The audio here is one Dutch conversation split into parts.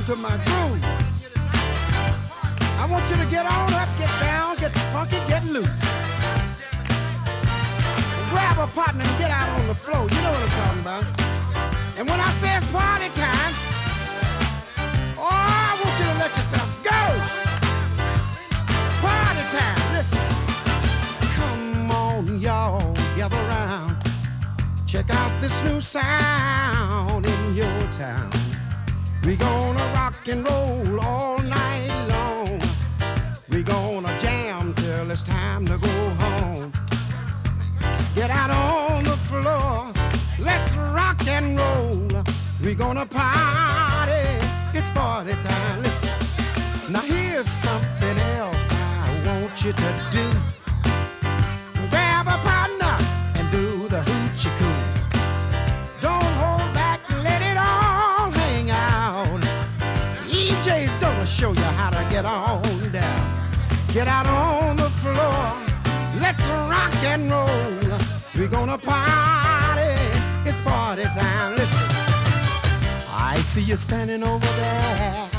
to my groove. I want you to get on up, get down, get funky, get loose. Grab a partner and get out on the floor. You know what I'm talking about. And when I say it's party time, oh, I want you to let yourself go. It's party time. Listen. Come on, y'all, gather round. Check out this new sound in your town. We gonna rock and roll all night long. We gonna jam till it's time to go home. Get out on the floor, let's rock and roll. We gonna party, it's party time. Listen, now here's something else I want you to do. Grab a partner and do the hoochie coo. Don't hold back, let it all hang out. EJ's gonna show you how to get on down. Get out on the floor, let's rock and roll. We're gonna party, it's party time. Listen, I see you standing over there.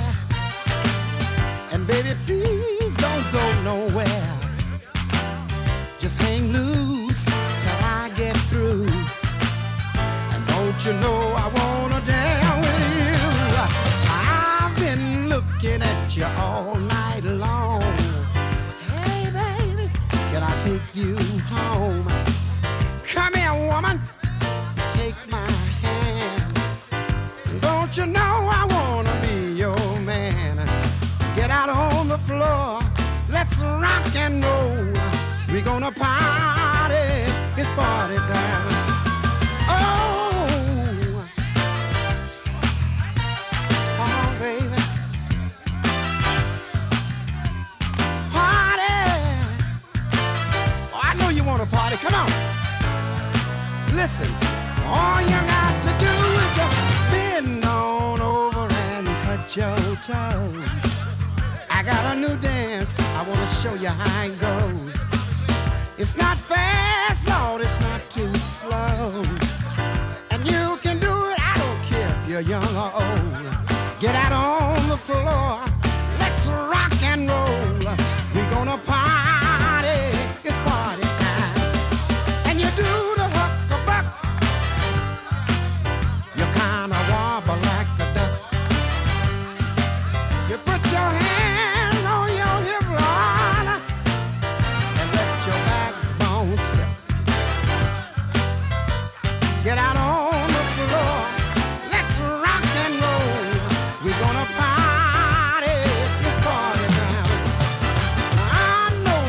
And baby, please don't go nowhere. Just hang loose till I get through. And don't you know I wanna dance with you. I've been looking at you all night long. Hey baby, can I take you home? Come here, woman, take my hand. Don't you know I wanna be your man? Get out on the floor, let's rock and roll. We gonna party, it's party time. Oh, baby, it's party. Oh, I know you wanna party, come on. Listen, all you got to do is just bend on over and touch your toes. I got a new dance, I want to show you how it goes. It's not fast, Lord, it's not too slow. And you can do it, I don't care if you're young or old. Get out on the floor, let's rock and roll. We're gonna party, it's party time. And you do the huck-a-buck, you kinda wobble like the duck. You put your hand on your hip line and let your backbone slip. Get out on the floor, let's rock and roll. We're gonna party, it's party time. I know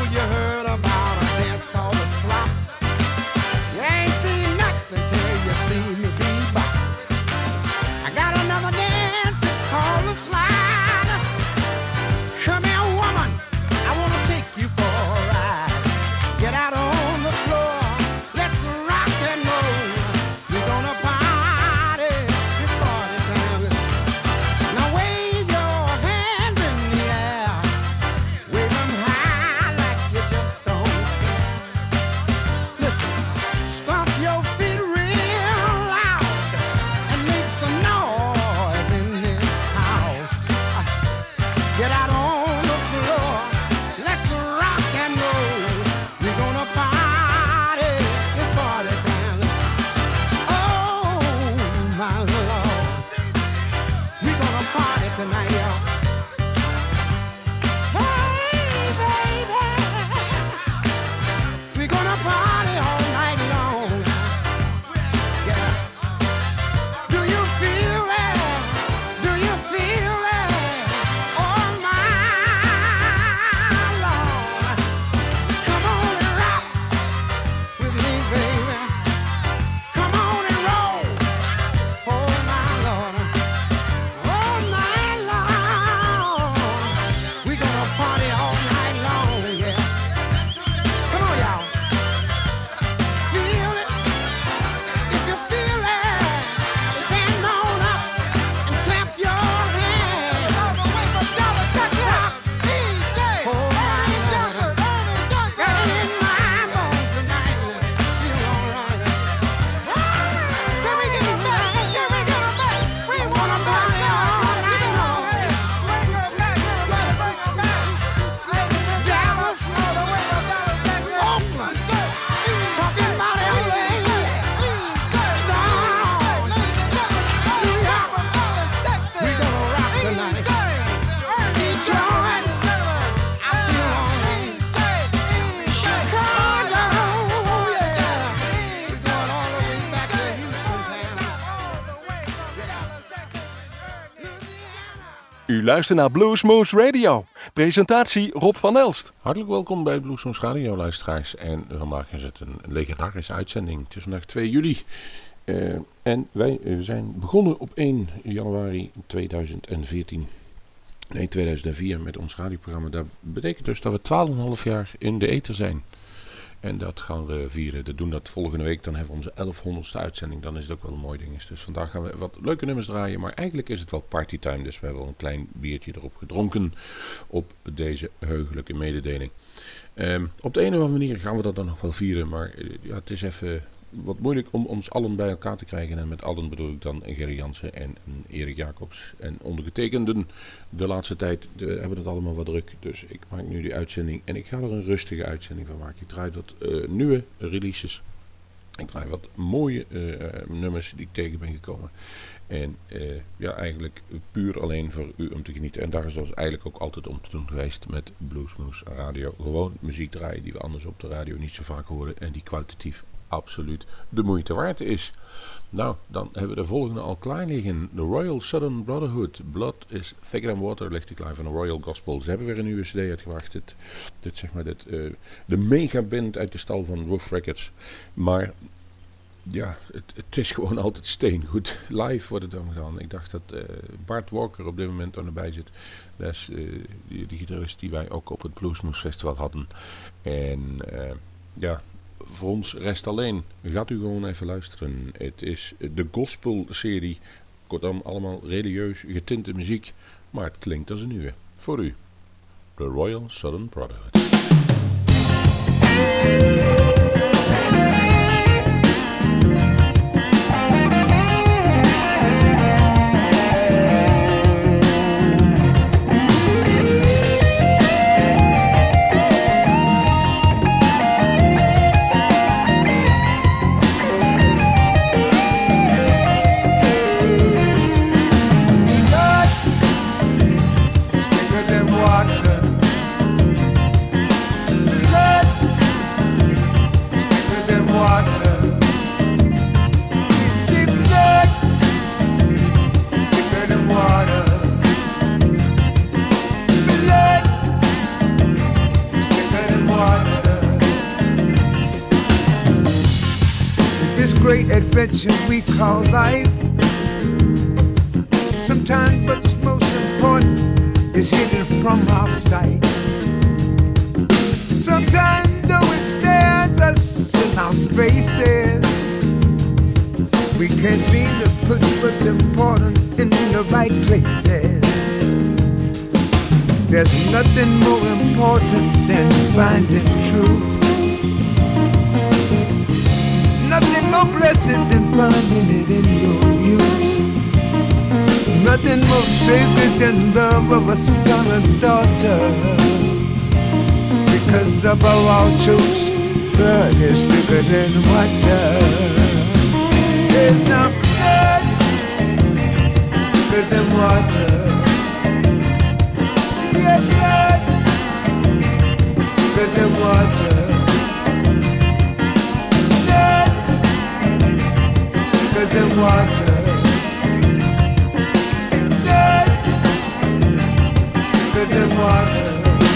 U luistert naar Bluesmoose Radio. Presentatie Rob van Elst. Hartelijk welkom bij Bluesmoose Radio, luisteraars. En vandaag is het een legendarische uitzending. Het is vandaag 2 juli. En wij zijn begonnen op 1 januari 2014. Nee, 2004 met ons radioprogramma. Dat betekent dus dat we 12,5 jaar in de ether zijn. En dat gaan we vieren. We doen dat volgende week. Dan hebben we onze 1100ste uitzending. Dan is het ook wel een mooi ding. Dus vandaag gaan we wat leuke nummers draaien. Maar eigenlijk is het wel partytime. Dus we hebben wel een klein biertje erop gedronken. Op deze heugelijke mededeling. Op de een of andere manier gaan we dat dan nog wel vieren. Maar ja, het is even wat moeilijk om ons allen bij elkaar te krijgen. En met allen bedoel ik dan Gerry Jansen en Erik Jacobs. En ondergetekenden de laatste tijd hebben het allemaal wat druk. Dus ik maak nu die uitzending. En ik ga er een rustige uitzending van maken. Ik draai wat nieuwe releases. Ik draai wat mooie nummers die ik tegen ben gekomen. En ja, eigenlijk puur alleen voor u om te genieten. En daar is dus eigenlijk ook altijd om te doen geweest met Bluesmoose Radio. Gewoon muziek draaien die we anders op de radio niet zo vaak horen. En die kwalitatief absoluut de moeite waard is. Nou, dan hebben we de volgende al klaar liggen. The Royal Southern Brotherhood. Blood is Thicker Than Water ligt klaar van de Royal Gospel. Ze hebben weer een nieuwe cd uitgebracht. De megaband uit de stal van Rough Records. Maar ja, het is gewoon altijd steengoed. Live wordt het dan gedaan. Ik dacht dat Bart Walker op dit moment er nog bij zit. Dat is die gitarist die wij ook op het Bluesmoose Festival hadden. En ja, voor ons rest alleen. Gaat u gewoon even luisteren. Het is de Gospel-serie. Kortom, allemaal religieus getinte muziek. Maar het klinkt als een nieuwe. Voor u. The Royal Southern Brotherhood. Adventure we call life. Sometimes what's most important is hidden from our sight. Sometimes though it stares us in our faces, we can't seem to put what's important in the right places. There's nothing more important than finding truth. Nothing more blessed than finding it in your youth. Nothing more sacred than love of a son and daughter. Because above all truth, blood is thicker than water. There's no blood thicker than water. Yeah, blood thicker than water. Thicker than water. Blood thicker than water.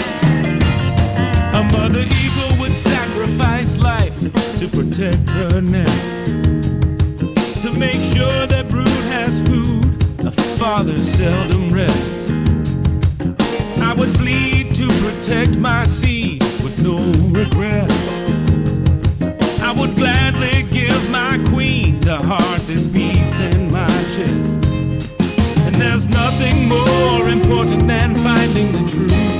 A mother eagle would sacrifice life to protect her nest, to make sure that brood has food. A father seldom rests. I would bleed to protect my seed with no regret. I would gladly give my queen the heart that beats in my chest. And there's nothing more important than finding the truth.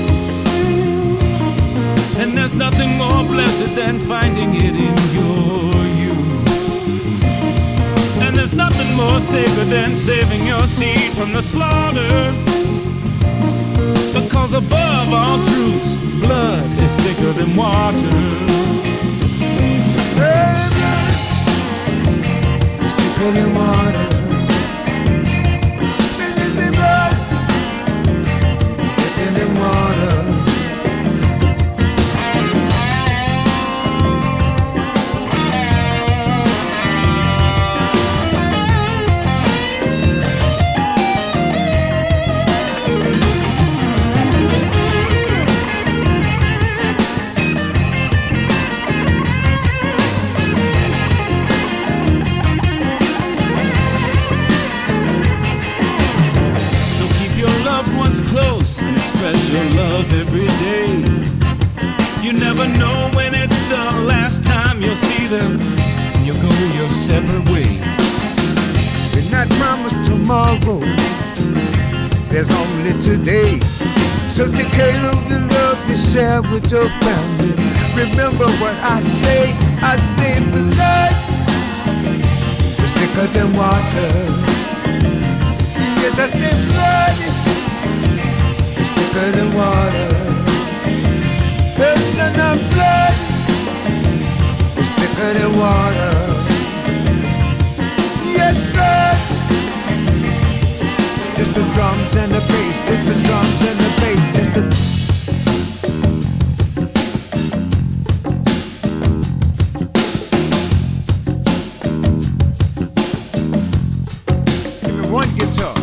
And there's nothing more blessed than finding it in your youth. And there's nothing more sacred than saving your seed from the slaughter. Because above all truths, blood is thicker than water. Thicker than water. Thicker than water. separate ways. We're not promised tomorrow, there's only today. So take care of the love you share with your family. Remember what I say blood is thicker than water. Yes, I say blood is thicker than water. No, blood is thicker than water. Yes, blood. Just the drums and the bass, just the drums and the bass, just the... Give me one guitar.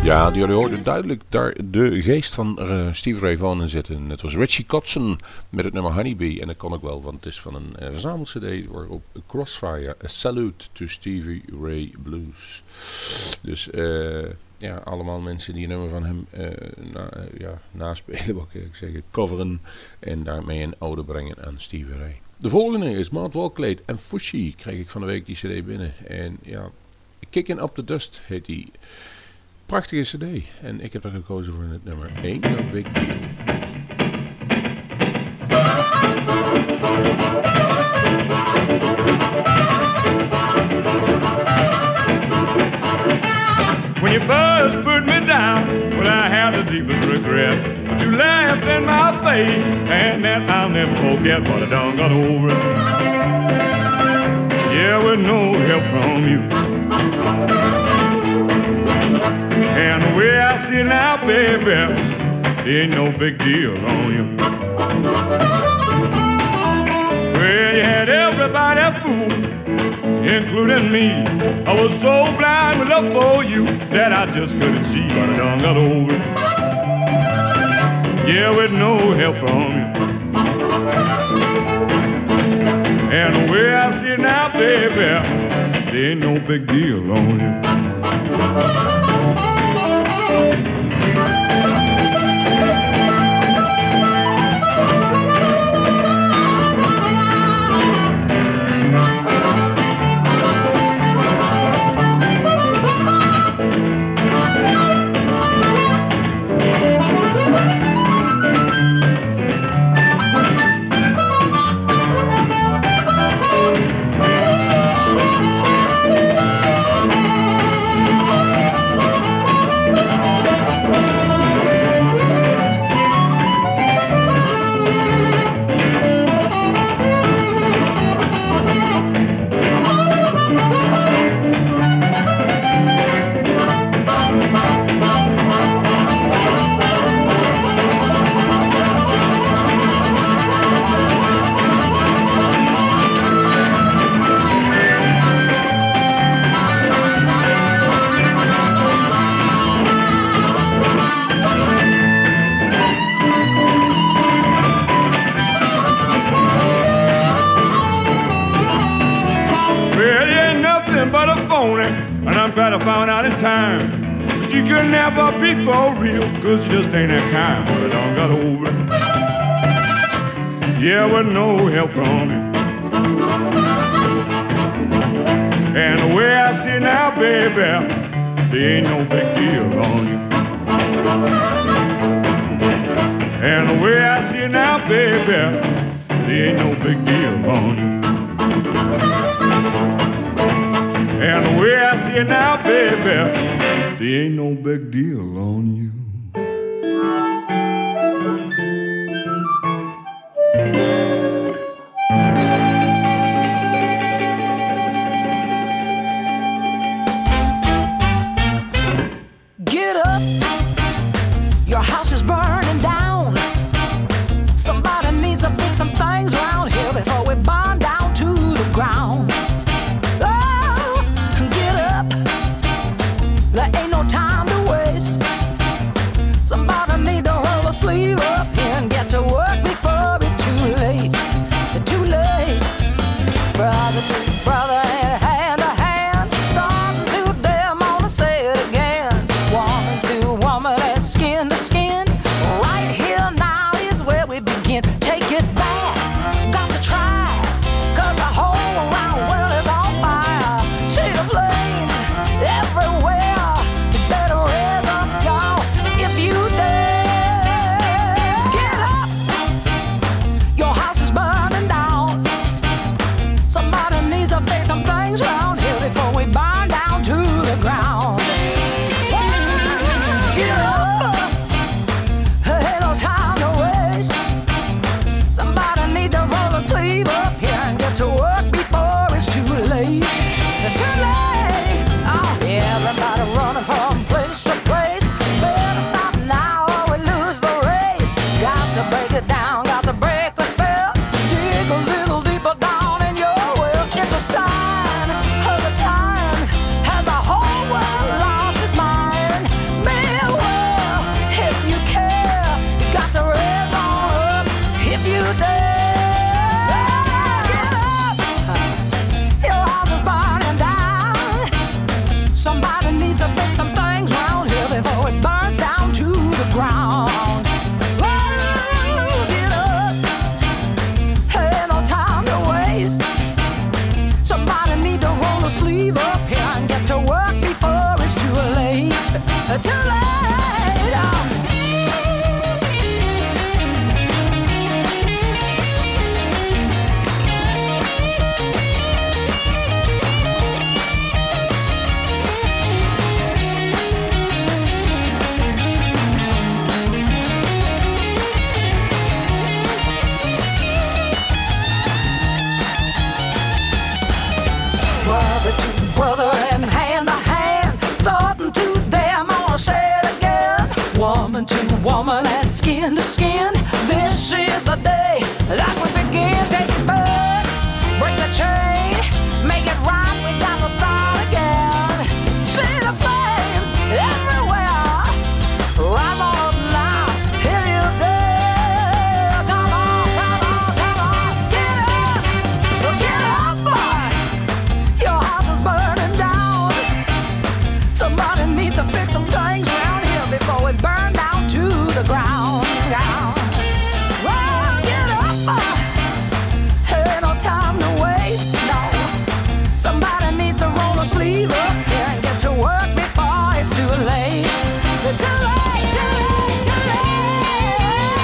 Ja, jullie hoorden duidelijk daar de geest van Stevie Ray Vaughan in zitten. Het was Richie Kotzen met het nummer Honeybee. En dat kan ook wel, want het is van een verzamel-cd waarop Crossfire, A Salute to Stevie Ray Blues. Dus ja, allemaal mensen die een nummer van hem naspelen, wat kan ik zeggen, coveren. En daarmee een ode brengen aan Stevie Ray. De volgende is Mart Walkley en Fushi. Kreeg ik van de week die cd binnen. En ja, Kicking Up the Dust heet die. Prachtige cd. En ik heb er gekozen voor het nummer Ain't No Big Deal. When you first put me down, well, I had the deepest regret. But you laughed in my face, and that I'll never forget. But I done got over it. Yeah, with no help from you. And the way I see now, baby, there ain't no big deal on you. Well, you had everybody fooled, including me. I was so blind with love for you that I just couldn't see, but I done got over it. Yeah, with no help from you. And the way I see now, baby, there ain't no big deal on you. Glad I found out in time that she could never be for real, 'cause she just ain't that kind, but I done got over it. Yeah, with no help from me. And the way I see now, baby, there ain't no big deal on you. And the way I see now, baby, there ain't no big deal on you. And the way I see it now, baby, there ain't no big deal on you. Get up, your house is burning down. Somebody needs to fix some things around here before we burn down to the ground. There ain't no time to waste. Somebody need to roll a sleeve up and get to work before it's too late. Too late. Brother to brother and hand to hand. Starting today, I'm gonna say it again. Woman to woman and skin to skin. Right here now is where we begin. Take it back, got to try. 'Cause the whole around world is on fire. See the flames everywhere. Better raise up, y'all, if you dare. too late. Brother and hand to hand, starting to damn, I'ma say it again. Woman to woman and skin to skin, this is the day that we begin. Take it back, break the chain, make it right, we got to start again. See the flames everywhere, rise on up now, here you dare. Come on, come on, come on, get up, boy. Your house is burning down. Somebody needs to fix some things around here before we burn down to the ground. Well, get up. Ain't no time to waste, no. Somebody needs to roll a sleeve up here and get to work before it's too late. Too late, too late, too late.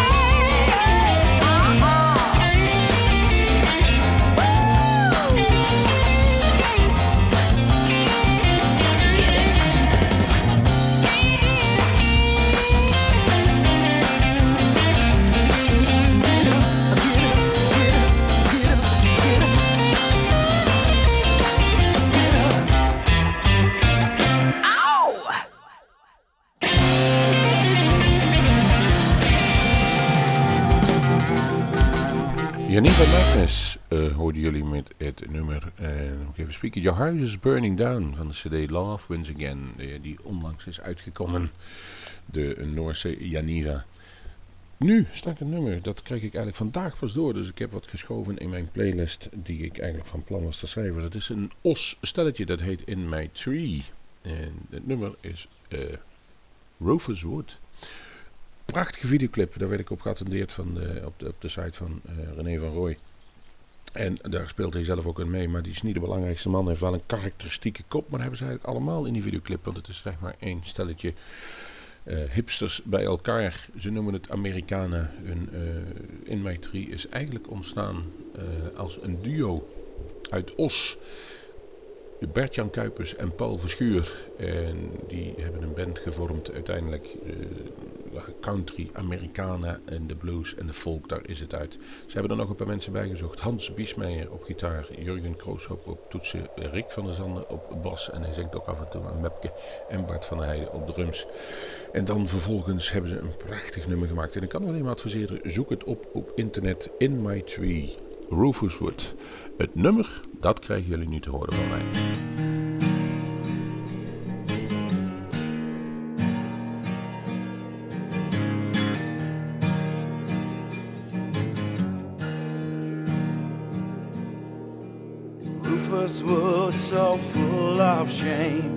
Janiva Magnus hoorden jullie met het nummer, nog even spieken, Your House is Burning Down van de CD Love Wins Again, die onlangs is uitgekomen, de Noorse Janiva. Nu staat een nummer, dat kreeg ik eigenlijk vandaag pas door, dus ik heb wat geschoven in mijn playlist die ik eigenlijk van plan was te schrijven. Dat is een Os-stelletje, dat heet In My Tree. En het nummer is Rufus Wood. Prachtige videoclip, daar werd ik op geattendeerd op de site van René van Rooij. En daar speelt hij zelf ook in mee, maar die is niet de belangrijkste man. Hij heeft wel een karakteristieke kop, maar dat hebben ze eigenlijk allemaal in die videoclip. Want het is zeg maar één stelletje hipsters bij elkaar. Ze noemen het Amerikanen. In My Tree is eigenlijk ontstaan als een duo uit Os. Bert-Jan Kuipers en Paul Verschuur. En die hebben een band gevormd uiteindelijk. Country, Americana en de blues en de folk, daar is het uit. Ze hebben er nog een paar mensen bij gezocht. Hans Biesmeijer op gitaar, Jurgen Krooshoop op toetsen, Rick van der Zanden op bas en hij zingt ook af en toe een mepke en Bart van der Heijden op drums. En dan vervolgens hebben ze een prachtig nummer gemaakt. En ik kan alleen maar adviseren, zoek het op internet. In My Tree, Rufus Wood. Het nummer, dat krijgen jullie nu te horen van mij. Rufus Wood, so full of shame,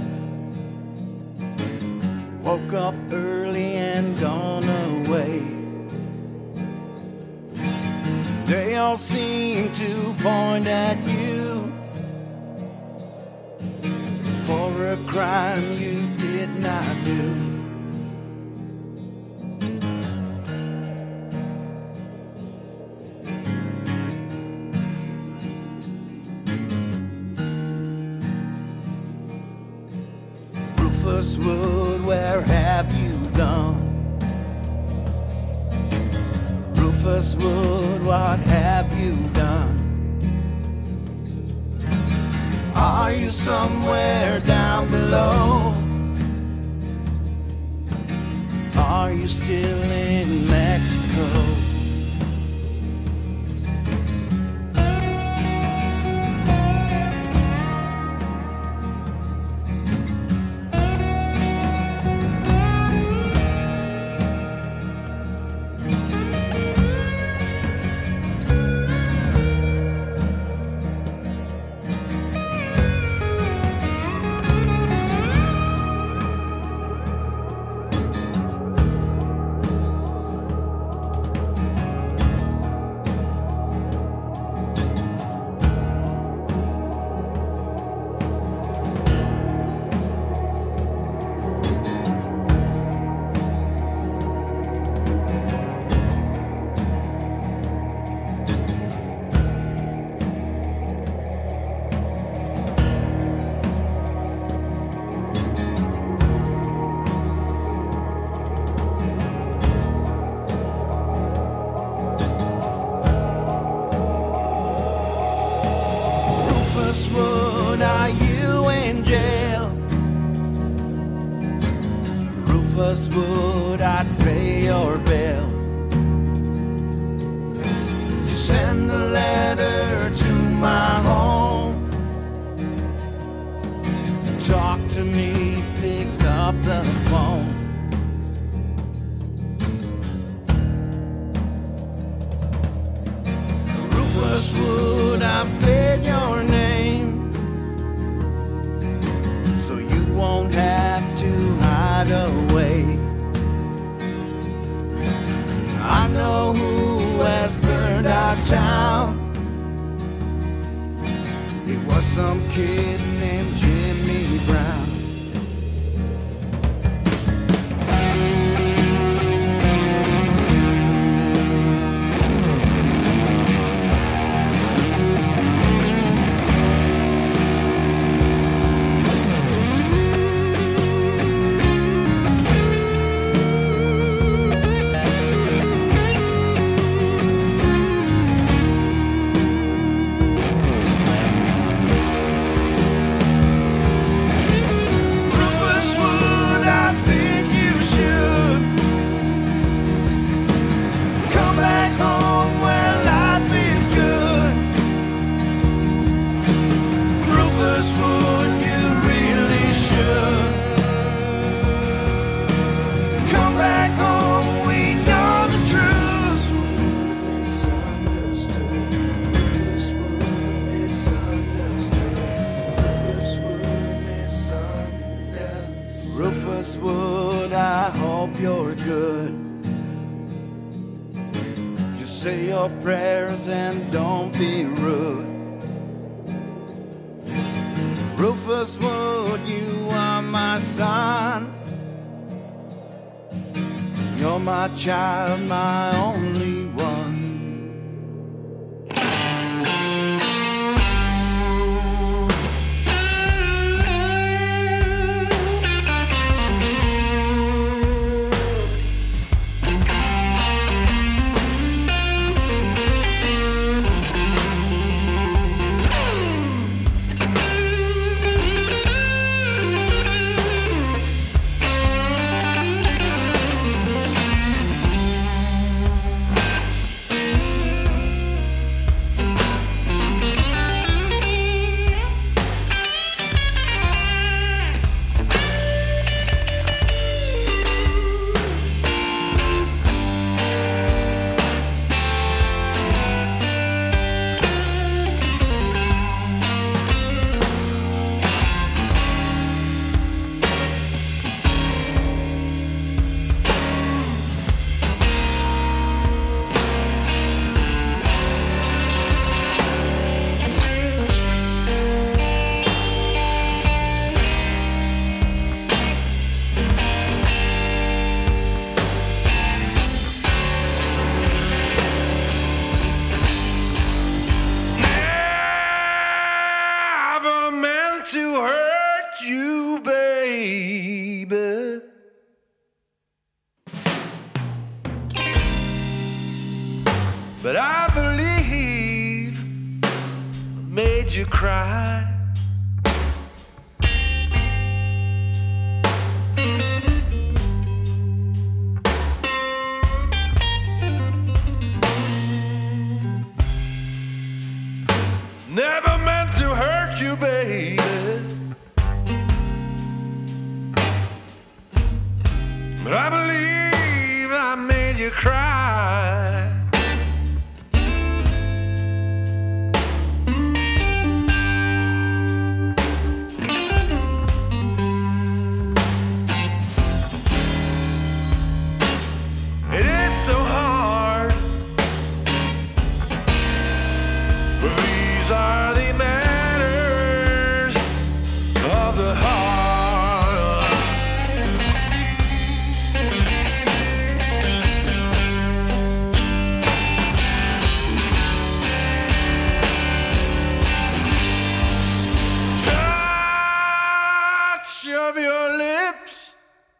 woke up early and gone away. They all seem to point at you for a crime you did not do. Rufus Wood, where have you gone? Rufus Wood, what have you done? Are you somewhere down below? Are you still in Mexico? Rufus Wood, I'd pay your bill. You send a letter to my home. Talk to me, pick up the phone. Rufus Wood, I've played your name, so you won't have to hide away. I know who has burned our town. It was some kid named Jimmy Brown. Rufus Wood, I hope you're good. Just say your prayers and don't be rude. Rufus Wood, you are my son. You're my child, my only one. But I believe I made you cry. Never meant to hurt you, baby. But I believe I made you cry. It is so hard, but these are the matters of the heart. Of your lips,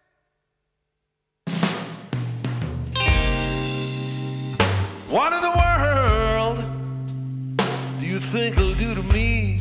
what in the world do you think it'll do to me?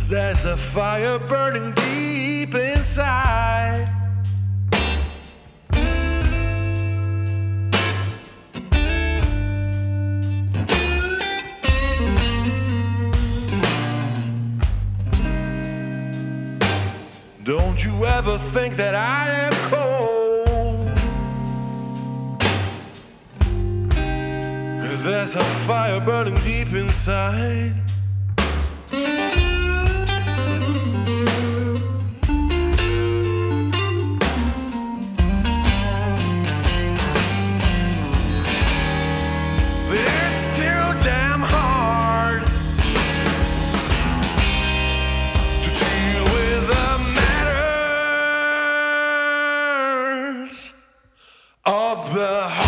'cause there's a fire burning deep inside. Don't you ever think that I am cold, 'cause there's a fire burning deep inside. It's too damn hard to deal with the matters of the heart.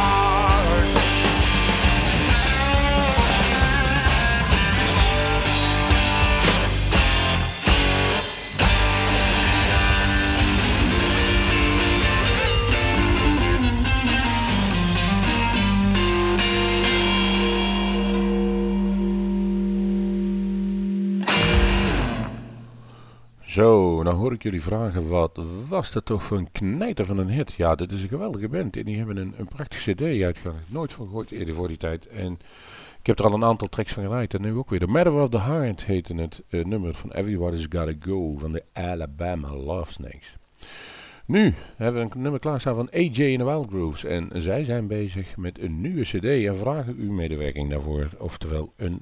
Zo, nou hoor ik jullie vragen, wat was dat toch voor een knijter van een hit? Ja, dit is een geweldige band en die hebben een prachtige cd uitgebracht. Nooit van gehoord eerder voor die tijd. En ik heb er al een aantal tracks van gedraaid en nu ook weer. The Matter of the Heart heette het nummer van Everybody's Gotta Go van de Alabama Love Snakes. Nu hebben we een nummer klaarstaan van AJ and the Wild Grooves en zij zijn bezig met een nieuwe cd en vragen uw medewerking daarvoor, oftewel een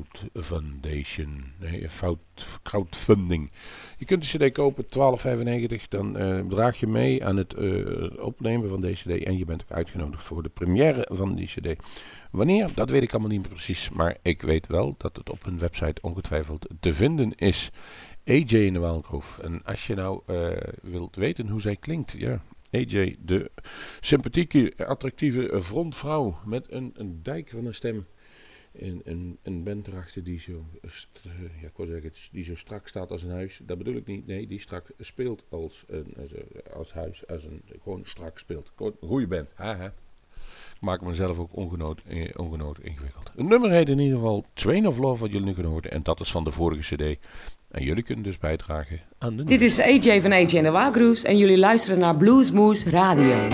crowdfunding. Je kunt de cd kopen, $12,95, dan draag je mee aan het opnemen van deze cd en je bent ook uitgenodigd voor de première van die cd. Wanneer, dat weet ik allemaal niet meer precies, maar ik weet wel dat het op hun website ongetwijfeld te vinden is. AJ in de Wild Groove. En als je nou wilt weten hoe zij klinkt, ja, AJ, de sympathieke, attractieve frontvrouw met een dijk van een stem. Een band erachter die zo, ik wil zeggen, die zo strak staat als een huis. Dat bedoel ik niet. Nee, die strak speelt als huis, gewoon strak speelt. Gewoon een goede band. Haha. Ik maak mezelf ook ongenood ingewikkeld. Een nummer heet in ieder geval Train of Love, wat jullie nu kunnen horen. En dat is van de vorige cd. En jullie kunnen dus bijdragen aan de... Dit is AJ van AJ and the Wild Grooves en jullie luisteren naar Bluesmoose Radio.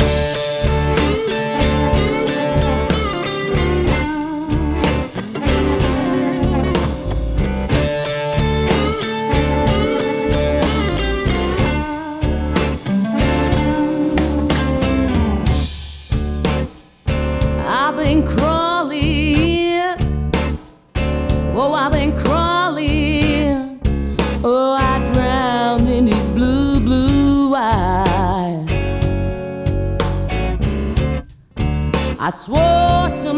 I've been crawling, oh I've been crawling, oh I drowned in these blue, blue eyes. I swore to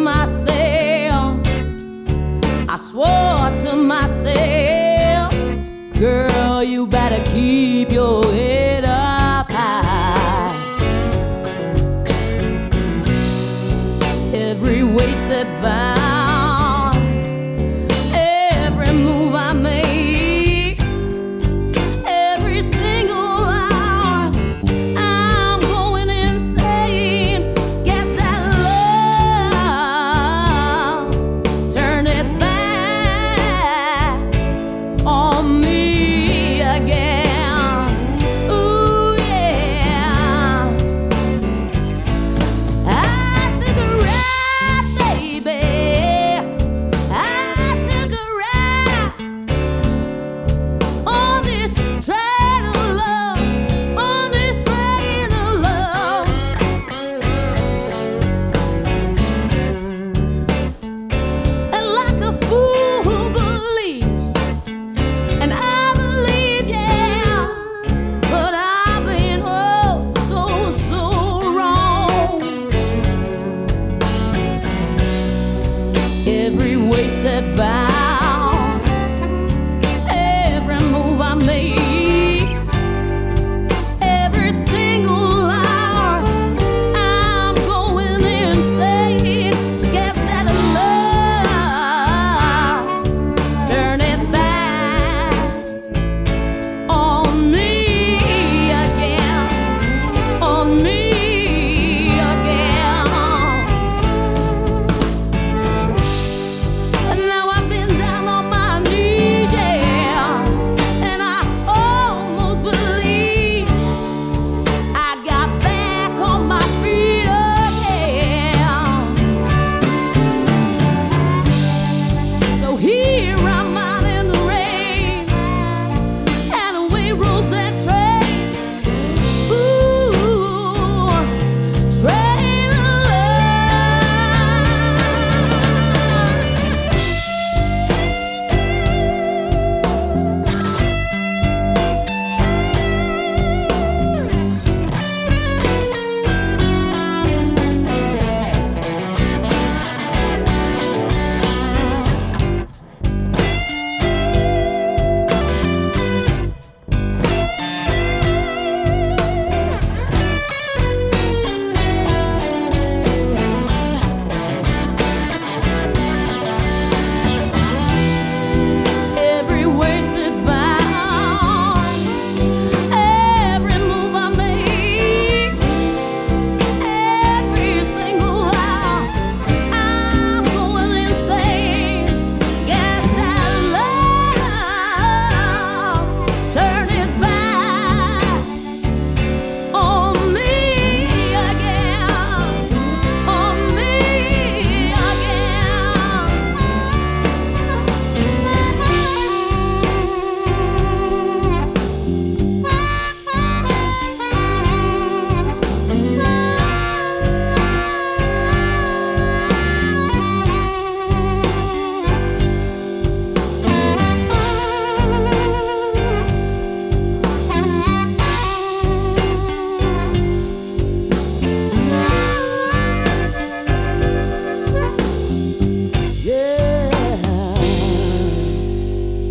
myself, girl you better keep your head up high. Every wasted vow, every move I make, every single hour, I'm going insane. Guess that love turned its back on me again. Ooh yeah, I took a ride, baby. I took a ride on this train of love, on this train of love. And like a fool who believes, and I believe, yeah, but I've been oh so, so wrong. Every wasted vow, every move I made, every single hour, I'm going insane. Guess that love turned its back on me again, on me again. And now I've been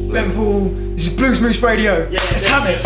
Ben Paul, this is Blues Moose Radio. Yeah, let's have it.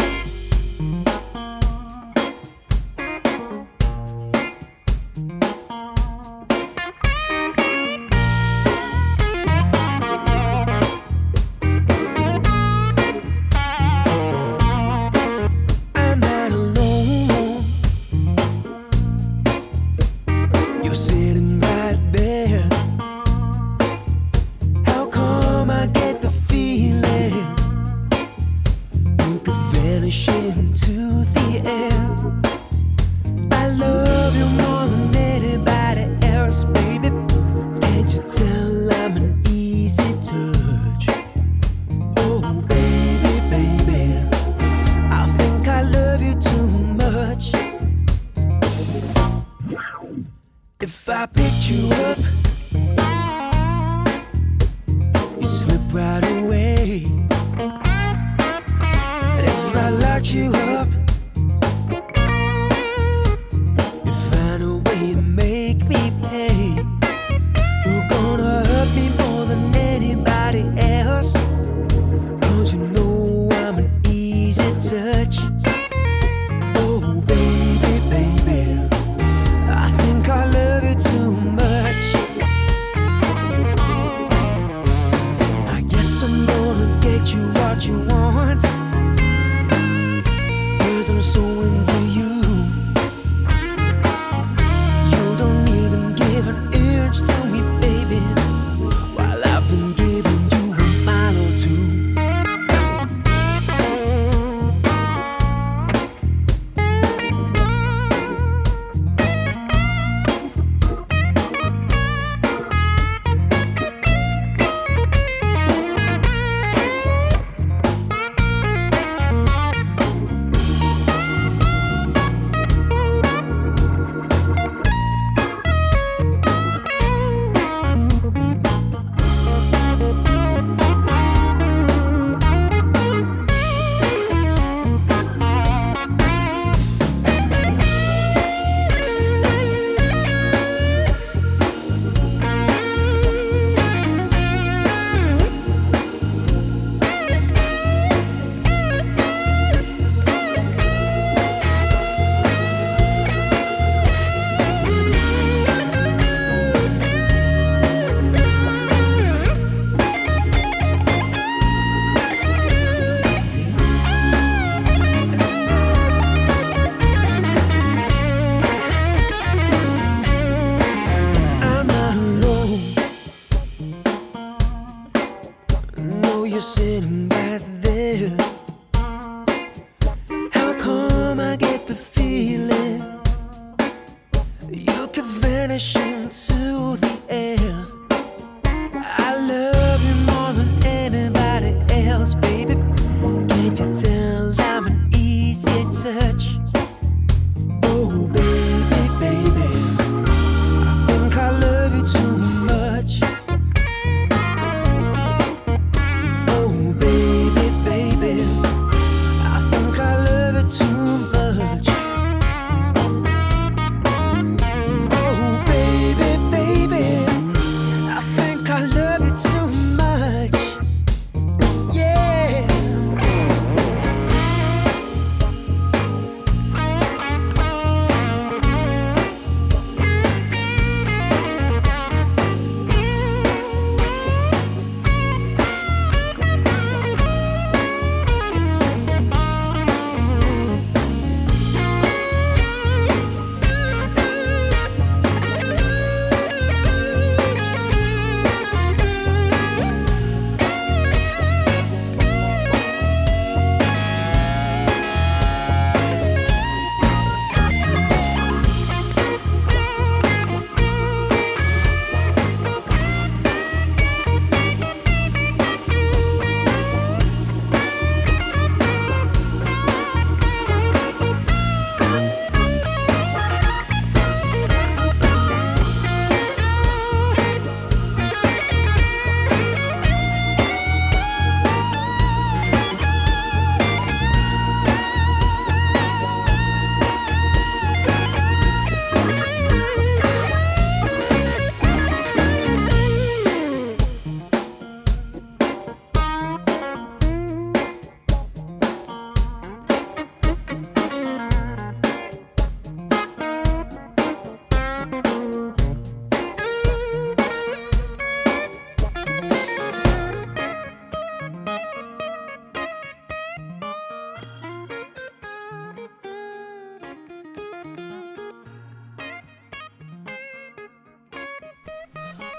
Baby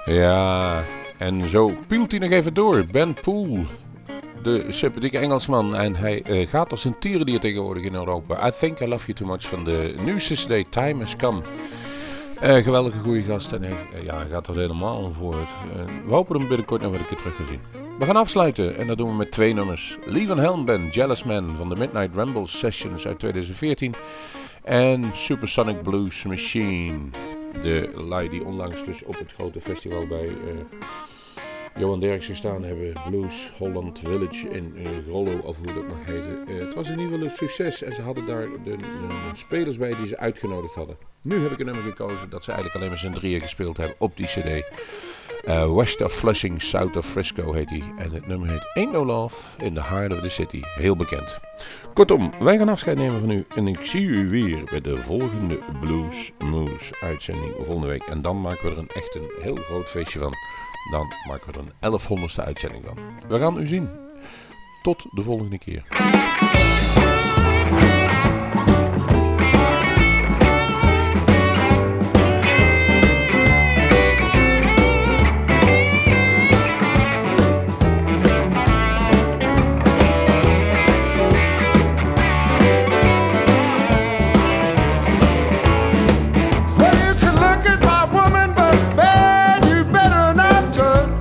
Ja, en zo pielt hij nog even door. Ben Poole, de sympathieke Engelsman. En hij gaat als een tierendier tegenwoordig in Europa. I Think I Love You Too Much van de nieuwste CD, Time Has Come. Geweldige goede gast en hij gaat er helemaal voor. We hopen hem binnenkort nog weer een keer terug te zien. We gaan afsluiten en dat doen we met 2 nummers. Lee Van Helm Band, Jealous Man van de Midnight Ramble Sessions uit 2014. En Supersonic Blues Machine, de lui die onlangs dus op het grote festival bij Johan Derksen gestaan hebben. Blues Holland Village in Grollo, of hoe dat mag heten. Het was in ieder geval een succes en ze hadden daar de spelers bij die ze uitgenodigd hadden. Nu heb ik een nummer gekozen dat ze eigenlijk alleen maar z'n drieën gespeeld hebben op die cd. West of Flushing, South of Frisco heet hij. En het nummer heet Ain't No Love in the Heart of the City. Heel bekend. Kortom, wij gaan afscheid nemen van u. En ik zie u weer bij de volgende Blues Moose uitzending volgende week. En dan maken we er echt een heel groot feestje van. Dan maken we er een 1100ste uitzending van. We gaan u zien. Tot de volgende keer.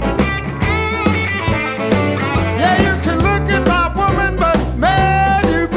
Yeah, you can look at my woman, but man, you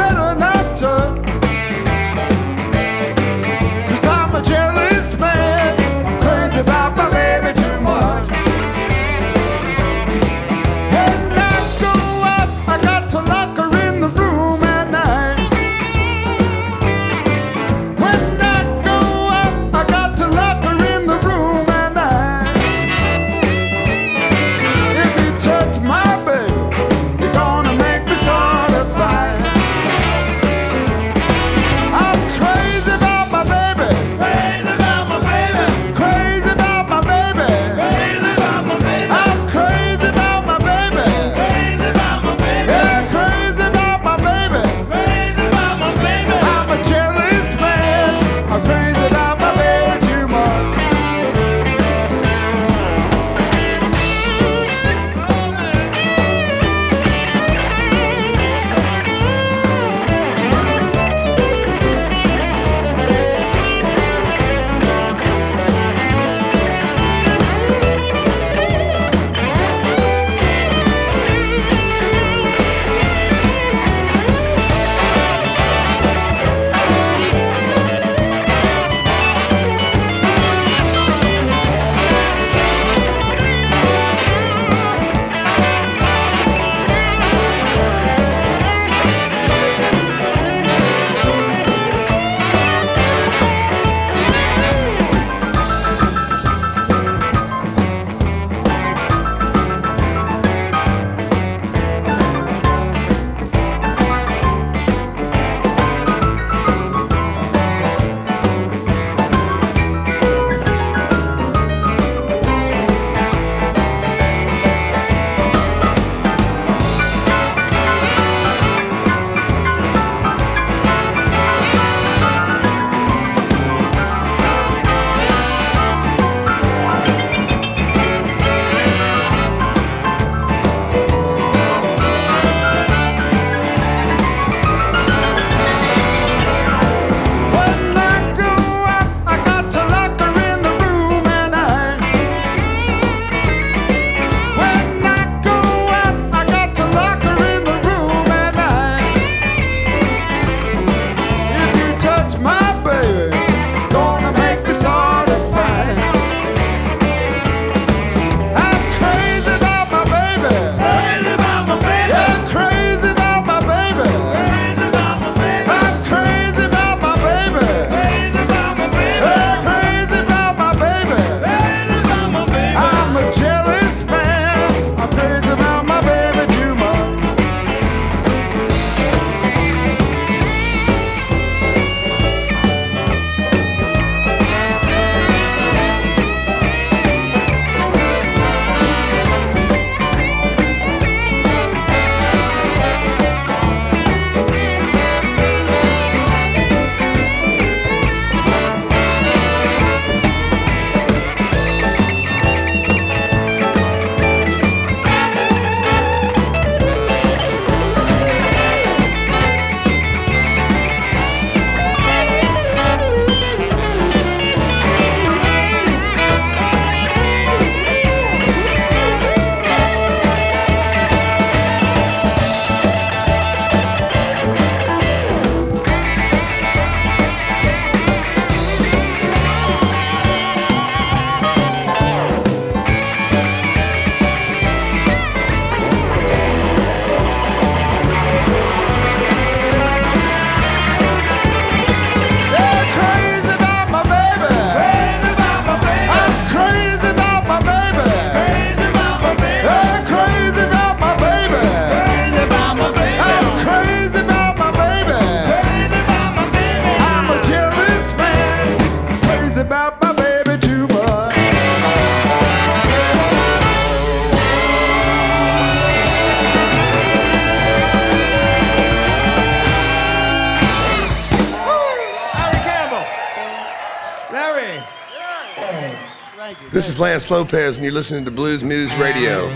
This is Lance Lopez, and you're listening to Blues Moose Radio.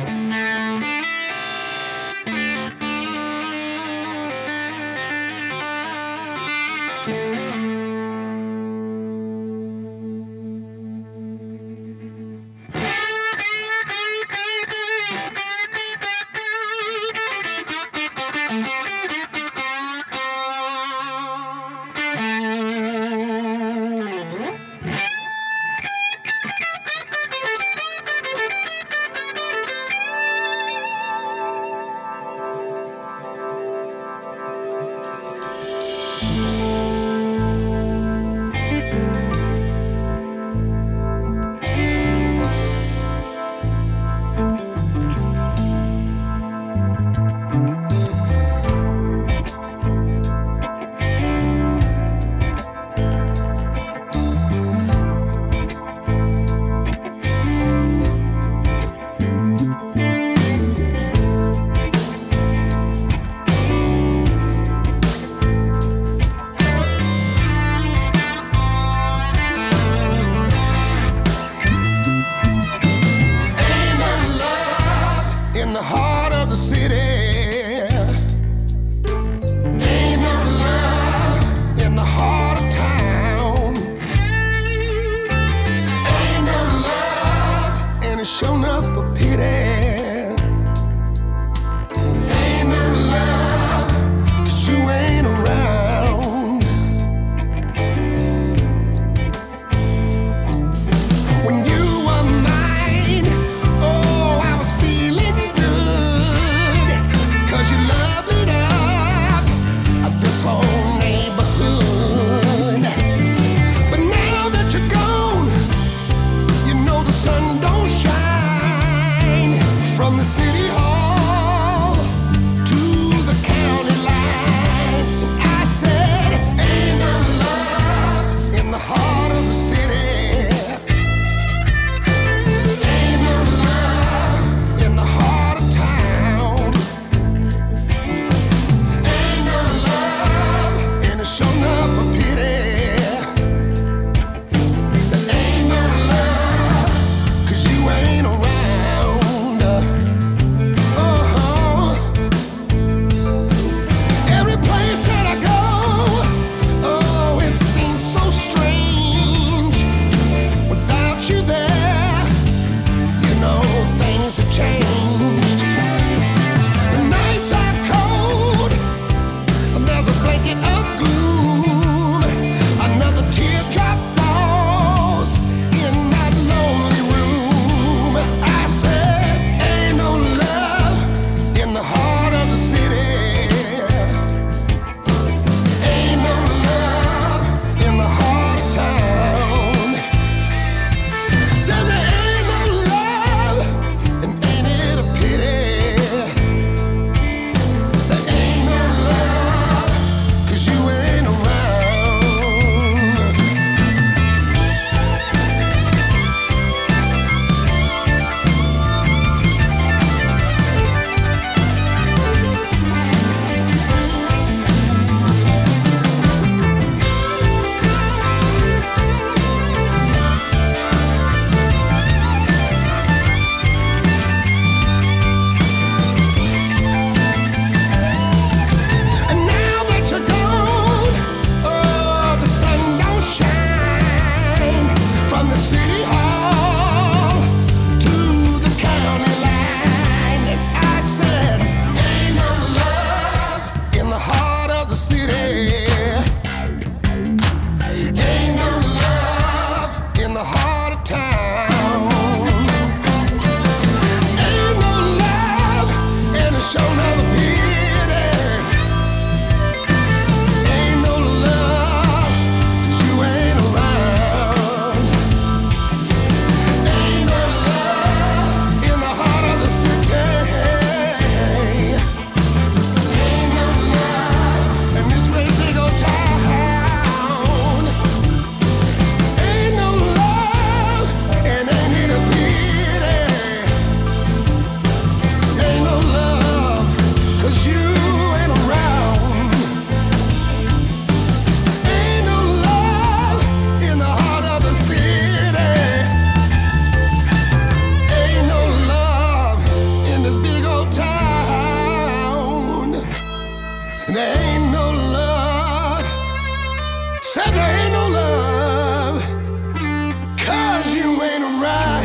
Said there ain't no love, 'cause you ain't around.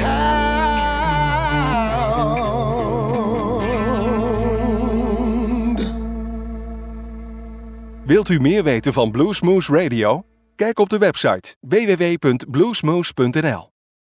Wilt u meer weten van Bluesmoose Radio? Kijk op de website www.bluesmoose.nl.